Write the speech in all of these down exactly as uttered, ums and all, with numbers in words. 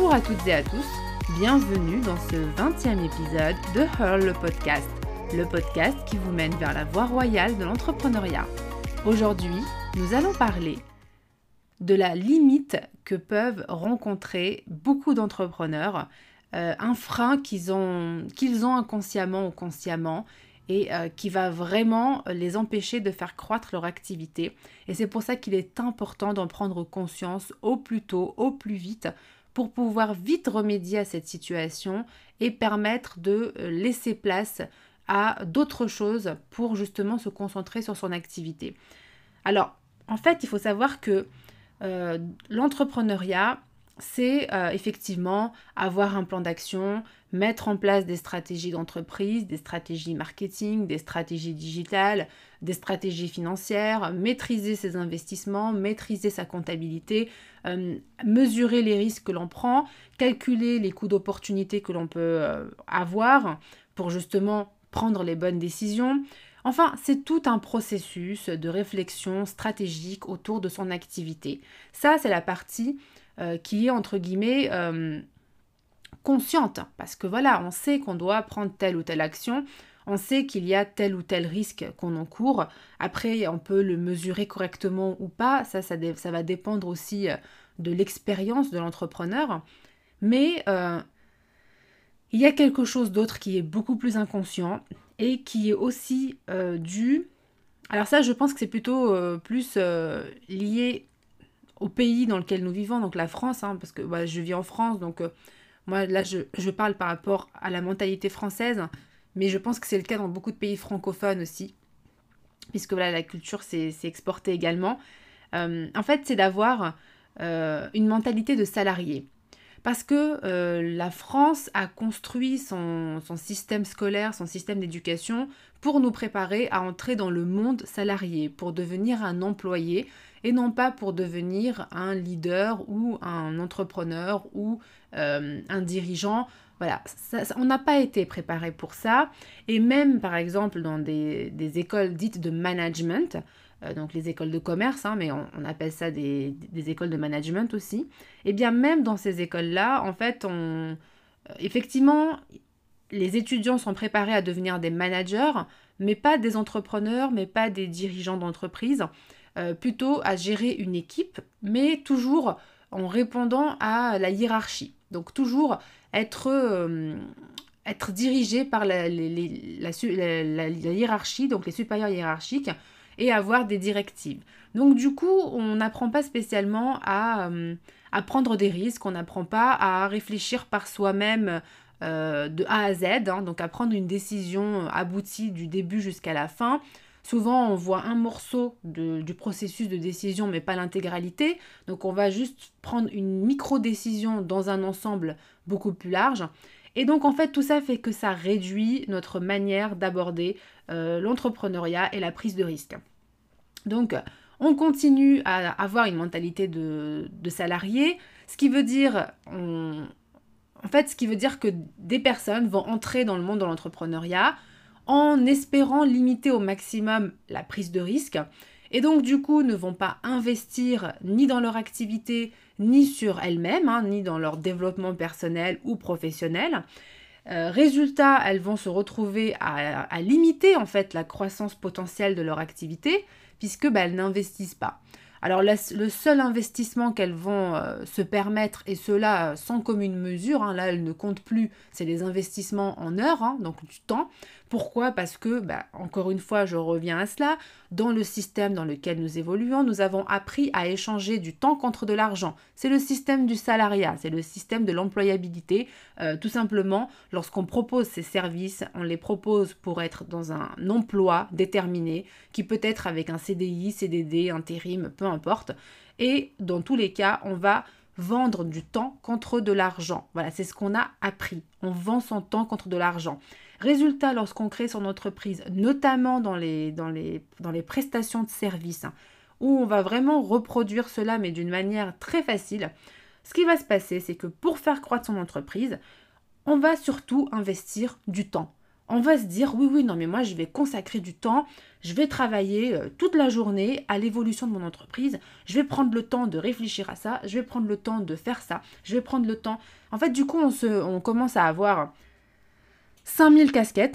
Bonjour à toutes et à tous, bienvenue dans ce vingtième épisode de Hurl le podcast, le podcast qui vous mène vers la voie royale de l'entrepreneuriat. Aujourd'hui, nous allons parler de la limite que peuvent rencontrer beaucoup d'entrepreneurs, euh, un frein qu'ils ont, qu'ils ont inconsciemment ou consciemment et euh, qui va vraiment les empêcher de faire croître leur activité. Et c'est pour ça qu'il est important d'en prendre conscience au plus tôt, au plus vite, pour pouvoir vite remédier à cette situation et permettre de laisser place à d'autres choses pour justement se concentrer sur son activité. Alors, en fait, il faut savoir que euh, l'entrepreneuriat, c'est euh, effectivement avoir un plan d'action, mettre en place des stratégies d'entreprise, des stratégies marketing, des stratégies digitales, des stratégies financières, maîtriser ses investissements, maîtriser sa comptabilité, euh, mesurer les risques que l'on prend, calculer les coûts d'opportunité que l'on peut euh, avoir pour justement prendre les bonnes décisions. Enfin, c'est tout un processus de réflexion stratégique autour de son activité. Ça, c'est la partie euh, qui est entre guillemets euh, consciente, parce que voilà, on sait qu'on doit prendre telle ou telle action, on sait qu'il y a tel ou tel risque qu'on encourt. Après, on peut le mesurer correctement ou pas, ça, ça, dé- ça va dépendre aussi de l'expérience de l'entrepreneur. Mais euh, il y a quelque chose d'autre qui est beaucoup plus inconscient et qui est aussi euh, dû... Alors ça, je pense que c'est plutôt euh, plus euh, lié au pays dans lequel nous vivons, donc la France, hein, parce que bah, je vis en France, donc... Euh, Moi, là, je, je parle par rapport à la mentalité française, mais je pense que c'est le cas dans beaucoup de pays francophones aussi, puisque voilà, la culture, c'est, c'est exporté également. Euh, en fait, c'est d'avoir euh, une mentalité de salarié. Parce que euh, la France a construit son, son système scolaire, son système d'éducation pour nous préparer à entrer dans le monde salarié, pour devenir un employé et non pas pour devenir un leader ou un entrepreneur ou euh, un dirigeant. Voilà, ça, ça, on n'a pas été préparé pour ça. Et même par exemple dans des, des écoles dites de management, euh, donc les écoles de commerce, hein, mais on, on appelle ça des, des écoles de management aussi, et bien même dans ces écoles-là, en fait, on, euh, effectivement, les étudiants sont préparés à devenir des managers, mais pas des entrepreneurs, mais pas des dirigeants d'entreprise, euh, plutôt à gérer une équipe, mais toujours en répondant à la hiérarchie. Donc toujours être, euh, être dirigé par la, les, les, la, la, la, la hiérarchie, donc les supérieurs hiérarchiques, et avoir des directives. Donc du coup, on n'apprend pas spécialement à, euh, à prendre des risques, on n'apprend pas à réfléchir par soi-même euh, de A à Z, hein, donc à prendre une décision aboutie du début jusqu'à la fin. Souvent, on voit un morceau de, du processus de décision, mais pas l'intégralité. Donc on va juste prendre une micro-décision dans un ensemble beaucoup plus large. Et donc en fait tout ça fait que ça réduit notre manière d'aborder euh, l'entrepreneuriat et la prise de risque. Donc on continue à avoir une mentalité de, de salarié, ce qui veut dire, on, en fait ce qui veut dire que des personnes vont entrer dans le monde de l'entrepreneuriat en espérant limiter au maximum la prise de risque et donc du coup ne vont pas investir ni dans leur activité ni sur elles-mêmes, hein, ni dans leur développement personnel ou professionnel. Euh, résultat, elles vont se retrouver à, à limiter en fait la croissance potentielle de leur activité puisque bah, elles n'investissent pas. Alors la, le seul investissement qu'elles vont euh, se permettre, et cela euh, sans commune mesure, hein, là elles ne comptent plus, c'est les investissements en heures, hein, donc du temps. Pourquoi ? Parce que, bah, encore une fois, je reviens à cela, dans le système dans lequel nous évoluons, nous avons appris à échanger du temps contre de l'argent. C'est le système du salariat, c'est le système de l'employabilité. Euh, tout simplement, lorsqu'on propose ces services, on les propose pour être dans un emploi déterminé, qui peut être avec un C D I, C D D, intérim, peu importe. Et dans tous les cas, on va vendre du temps contre de l'argent. Voilà, c'est ce qu'on a appris. On vend son temps contre de l'argent. Résultat, lorsqu'on crée son entreprise, notamment dans les, dans les, dans les prestations de services, hein, où on va vraiment reproduire cela, mais d'une manière très facile, ce qui va se passer, c'est que pour faire croître son entreprise, on va surtout investir du temps. on va se dire, oui, oui, non, mais moi, je vais consacrer du temps, je vais travailler euh, toute la journée à l'évolution de mon entreprise, je vais prendre le temps de réfléchir à ça, je vais prendre le temps de faire ça, je vais prendre le temps... En fait, du coup, on, se, on commence à avoir cinq mille casquettes.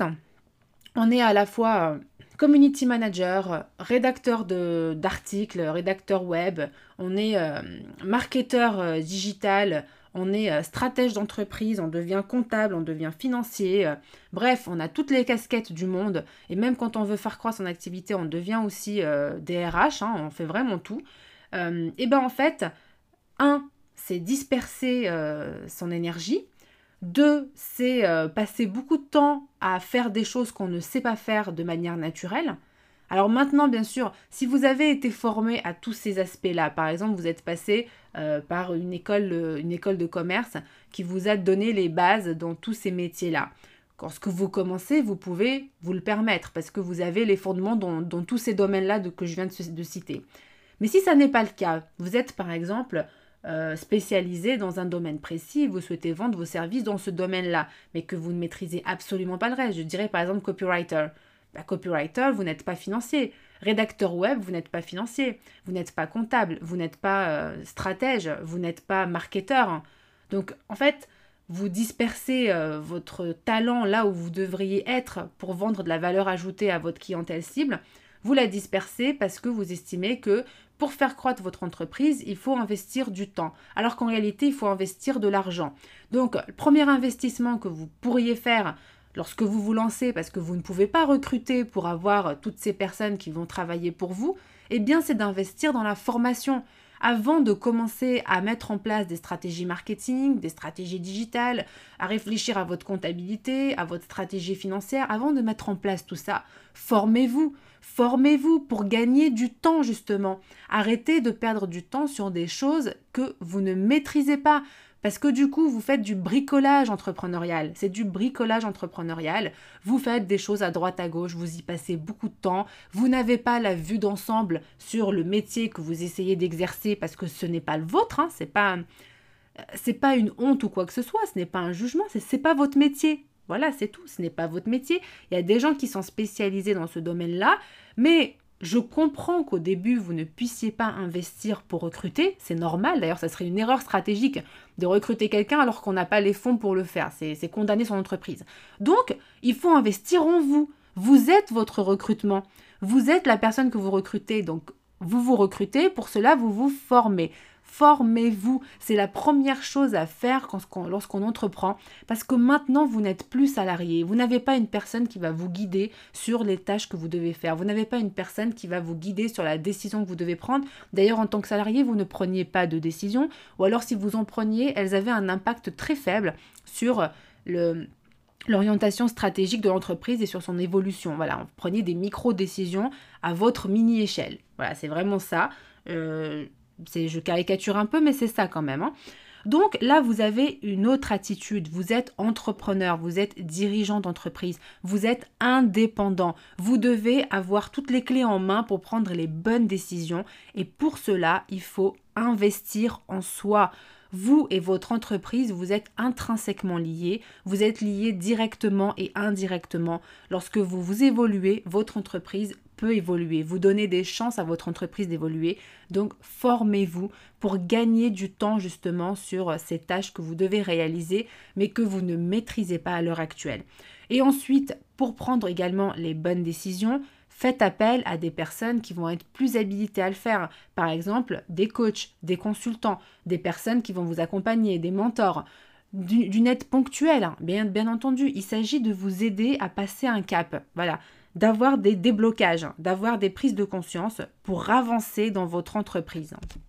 On est à la fois community manager, rédacteur de, d'articles, rédacteur web, on est euh, marketeur euh, digital, on est euh, stratège d'entreprise, on devient comptable, on devient financier. Euh, bref, on a toutes les casquettes du monde. Et même quand on veut faire croître son activité, on devient aussi euh, des R H, hein, on fait vraiment tout. Euh, et bien en fait, un, c'est disperser euh, son énergie. Deux, c'est euh, passer beaucoup de temps à faire des choses qu'on ne sait pas faire de manière naturelle. Alors maintenant, bien sûr, si vous avez été formé à tous ces aspects-là, par exemple, vous êtes passé euh, par une école, une école de commerce qui vous a donné les bases dans tous ces métiers-là. Lorsque vous commencez, vous pouvez vous le permettre parce que vous avez les fondements dans, dans tous ces domaines-là de, que je viens de, de citer. Mais si ça n'est pas le cas, vous êtes par exemple... Euh, spécialisé dans un domaine précis, vous souhaitez vendre vos services dans ce domaine-là, mais que vous ne maîtrisez absolument pas le reste. Je dirais par exemple copywriter. Bah, copywriter, vous n'êtes pas financier. Rédacteur web, vous n'êtes pas financier. Vous n'êtes pas comptable, vous n'êtes pas euh, stratège, vous n'êtes pas marketeur. Donc en fait, vous dispersez euh, votre talent là où vous devriez être pour vendre de la valeur ajoutée à votre clientèle cible. Vous la dispersez parce que vous estimez que pour faire croître votre entreprise, il faut investir du temps, alors qu'en réalité, il faut investir de l'argent. Donc, le premier investissement que vous pourriez faire lorsque vous vous lancez, parce que vous ne pouvez pas recruter pour avoir toutes ces personnes qui vont travailler pour vous, eh bien, c'est d'investir dans la formation. Avant de commencer à mettre en place des stratégies marketing, des stratégies digitales, à réfléchir à votre comptabilité, à votre stratégie financière, avant de mettre en place tout ça, formez-vous. Formez-vous pour gagner du temps justement. Arrêtez de perdre du temps sur des choses que vous ne maîtrisez pas. Parce que du coup, vous faites du bricolage entrepreneurial. C'est du bricolage entrepreneurial. Vous faites des choses à droite à gauche, vous y passez beaucoup de temps. Vous n'avez pas la vue d'ensemble sur le métier que vous essayez d'exercer parce que ce n'est pas le vôtre. Hein. C'est pas, c'est pas une honte ou quoi que ce soit. Ce n'est pas un jugement. C'est, c'est pas votre métier. Voilà, c'est tout. Ce n'est pas votre métier. Il y a des gens qui sont spécialisés dans ce domaine-là, mais je comprends qu'au début, vous ne puissiez pas investir pour recruter. C'est normal. D'ailleurs, ça serait une erreur stratégique de recruter quelqu'un alors qu'on n'a pas les fonds pour le faire. C'est, c'est condamner son entreprise. Donc, il faut investir en vous. Vous êtes votre recrutement. Vous êtes la personne que vous recrutez. Donc, vous vous recrutez. Pour cela, vous vous formez. Formez-vous, c'est la première chose à faire quand, lorsqu'on entreprend, parce que maintenant vous n'êtes plus salarié, vous n'avez pas une personne qui va vous guider sur les tâches que vous devez faire, vous n'avez pas une personne qui va vous guider sur la décision que vous devez prendre. D'ailleurs, en tant que salarié, vous ne preniez pas de décision, ou alors si vous en preniez, elles avaient un impact très faible sur le... l'orientation stratégique de l'entreprise et sur son évolution. Voilà, vous preniez des micro-décisions à votre mini-échelle. Voilà, c'est vraiment ça. Euh, c'est, je caricature un peu, mais c'est ça quand même. Hein. Donc là, vous avez une autre attitude. Vous êtes entrepreneur, vous êtes dirigeant d'entreprise, vous êtes indépendant. Vous devez avoir toutes les clés en main pour prendre les bonnes décisions. Et pour cela, il faut investir en soi. Vous et votre entreprise, vous êtes intrinsèquement liés, vous êtes liés directement et indirectement. Lorsque vous vous évoluez, votre entreprise peut évoluer. Vous donnez des chances à votre entreprise d'évoluer. Donc, formez-vous pour gagner du temps justement sur ces tâches que vous devez réaliser, mais que vous ne maîtrisez pas à l'heure actuelle. Et ensuite, pour prendre également les bonnes décisions, faites appel à des personnes qui vont être plus habilitées à le faire. Par exemple, des coachs, des consultants, des personnes qui vont vous accompagner, des mentors, d'une aide ponctuelle. Bien, bien entendu, il s'agit de vous aider à passer un cap. Voilà, d'avoir des déblocages, d'avoir des prises de conscience pour avancer dans votre entreprise.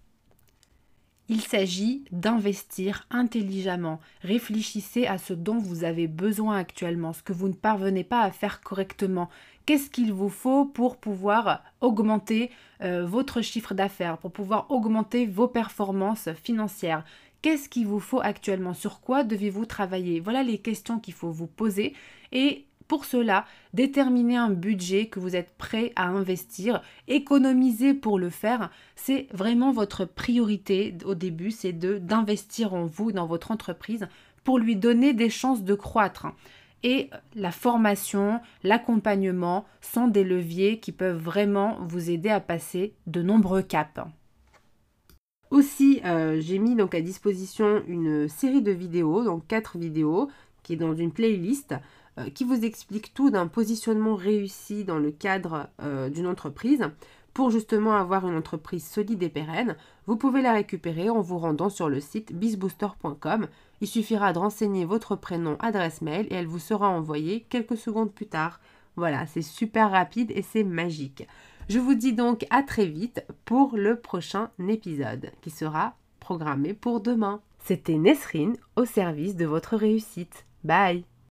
Il s'agit d'investir intelligemment. Réfléchissez à ce dont vous avez besoin actuellement, ce que vous ne parvenez pas à faire correctement. Qu'est-ce qu'il vous faut pour pouvoir augmenter euh, votre chiffre d'affaires, pour pouvoir augmenter vos performances financières? Qu'est-ce qu'il vous faut actuellement? Sur quoi devez-vous travailler? Voilà les questions qu'il faut vous poser et pour cela, déterminer un budget que vous êtes prêt à investir, économiser pour le faire, c'est vraiment votre priorité au début, c'est de d'investir en vous, dans votre entreprise, pour lui donner des chances de croître. Et la formation, l'accompagnement sont des leviers qui peuvent vraiment vous aider à passer de nombreux caps. Aussi, euh, j'ai mis donc à disposition une série de vidéos, donc quatre vidéos, qui est dans une playlist, euh, qui vous explique tout d'un positionnement réussi dans le cadre euh, d'une entreprise. Pour justement avoir une entreprise solide et pérenne, vous pouvez la récupérer en vous rendant sur le site bizbooster point com. Il suffira de renseigner votre prénom, adresse mail et elle vous sera envoyée quelques secondes plus tard. Voilà, c'est super rapide et c'est magique. Je vous dis donc à très vite pour le prochain épisode qui sera programmé pour demain. C'était Nesrine au service de votre réussite. Bye!